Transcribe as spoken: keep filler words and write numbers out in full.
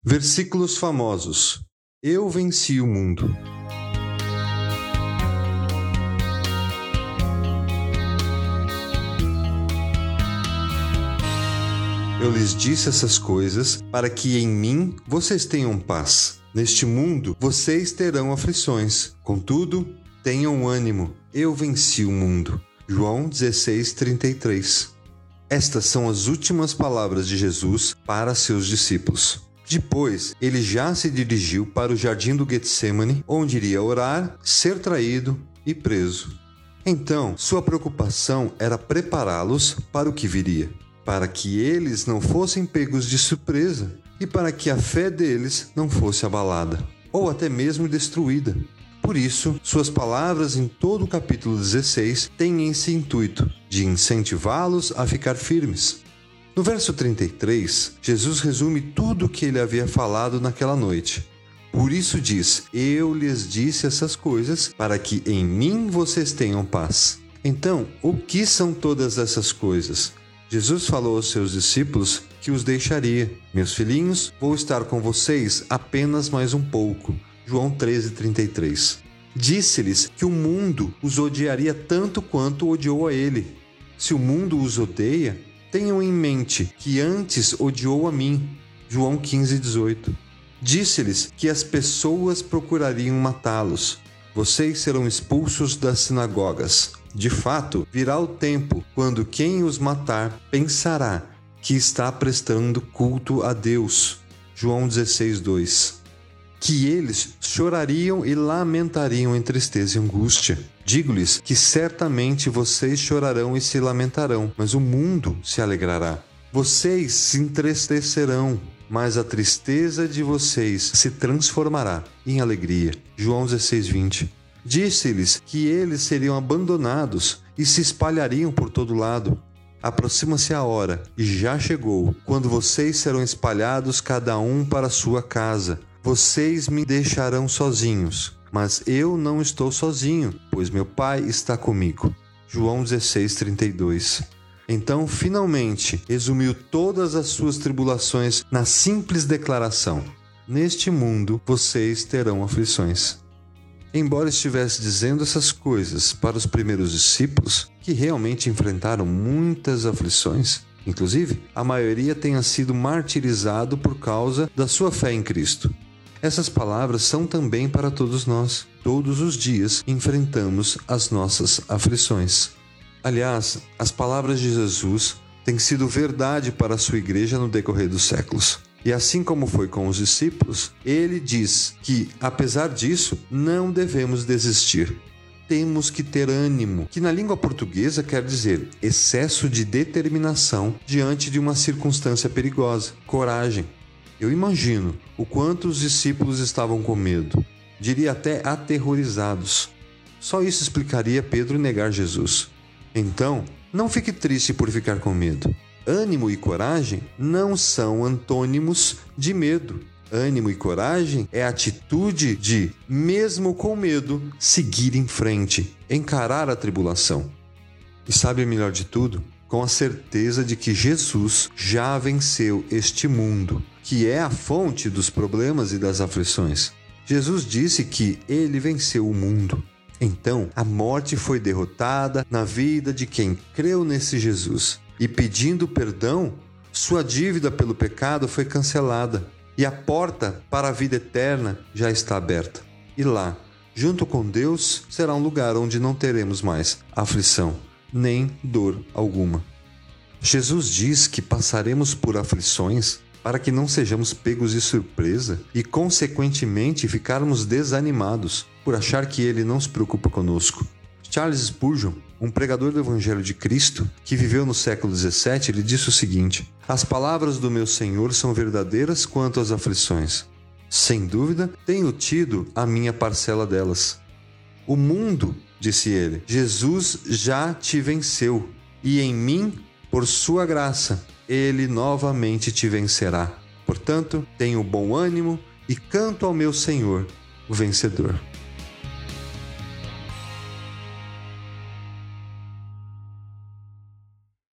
Versículos famosos. Eu venci o mundo. Eu lhes disse essas coisas para que em mim vocês tenham paz. Neste mundo vocês terão aflições. Contudo, tenham ânimo. Eu venci o mundo. João dezesseis, trinta e três. Estas são as últimas palavras de Jesus para seus discípulos. Depois, ele já se dirigiu para o jardim do Getsêmani, onde iria orar, ser traído e preso. Então, sua preocupação era prepará-los para o que viria, para que eles não fossem pegos de surpresa e para que a fé deles não fosse abalada, ou até mesmo destruída. Por isso, suas palavras em todo o capítulo dezesseis têm esse intuito de incentivá-los a ficar firmes. No verso trinta e três, Jesus resume tudo o que ele havia falado naquela noite. Por isso diz: eu lhes disse essas coisas para que em mim vocês tenham paz. Então, o que são todas essas coisas? Jesus falou aos seus discípulos que os deixaria. Meus filhinhos, vou estar com vocês apenas mais um pouco. João treze, trinta e três. Disse-lhes que o mundo os odiaria tanto quanto odiou a ele. Se o mundo os odeia, tenham em mente que antes odiou a mim. João quinze, dezoito. Disse-lhes que as pessoas procurariam matá-los. Vocês serão expulsos das sinagogas. De fato, virá o tempo quando quem os matar pensará que está prestando culto a Deus. João dezesseis, dois. Que eles chorariam e lamentariam em tristeza e angústia. Digo-lhes que certamente vocês chorarão e se lamentarão, mas o mundo se alegrará. Vocês se entristecerão, mas a tristeza de vocês se transformará em alegria. João dezesseis, vinte. Disse-lhes que eles seriam abandonados e se espalhariam por todo lado. Aproxima-se a hora, e já chegou, quando vocês serão espalhados cada um para sua casa. Vocês me deixarão sozinhos, mas eu não estou sozinho, pois meu Pai está comigo. João dezesseis, trinta e dois. Então, finalmente, resumiu todas as suas tribulações na simples declaração: neste mundo vocês terão aflições. Embora estivesse dizendo essas coisas para os primeiros discípulos, que realmente enfrentaram muitas aflições, inclusive a maioria tenha sido martirizado por causa da sua fé em Cristo. Essas palavras são também para todos nós. Todos os dias enfrentamos as nossas aflições. Aliás, as palavras de Jesus têm sido verdade para a sua igreja no decorrer dos séculos. E assim como foi com os discípulos, ele diz que, apesar disso, não devemos desistir. Temos que ter ânimo, que na língua portuguesa quer dizer excesso de determinação diante de uma circunstância perigosa, coragem. Eu imagino o quanto os discípulos estavam com medo, diria até aterrorizados. Só isso explicaria Pedro negar Jesus. Então, não fique triste por ficar com medo. Ânimo e coragem não são antônimos de medo. Ânimo e coragem é a atitude de, mesmo com medo, seguir em frente, encarar a tribulação. E sabe o melhor de tudo? Com a certeza de que Jesus já venceu este mundo, que é a fonte dos problemas e das aflições. Jesus disse que ele venceu o mundo. Então, a morte foi derrotada na vida de quem creu nesse Jesus. E pedindo perdão, sua dívida pelo pecado foi cancelada. E a porta para a vida eterna já está aberta. E lá, junto com Deus, será um lugar onde não teremos mais aflição, nem dor alguma. Jesus diz que passaremos por aflições para que não sejamos pegos de surpresa e, consequentemente, ficarmos desanimados por achar que Ele não se preocupa conosco. Charles Spurgeon, um pregador do Evangelho de Cristo que viveu no século dezessete, ele disse o seguinte: as palavras do meu Senhor são verdadeiras quanto às aflições. Sem dúvida, tenho tido a minha parcela delas. O mundo, disse ele, Jesus já te venceu, e em mim, por sua graça, ele novamente te vencerá. Portanto, tenho bom ânimo e canto ao meu Senhor, o vencedor.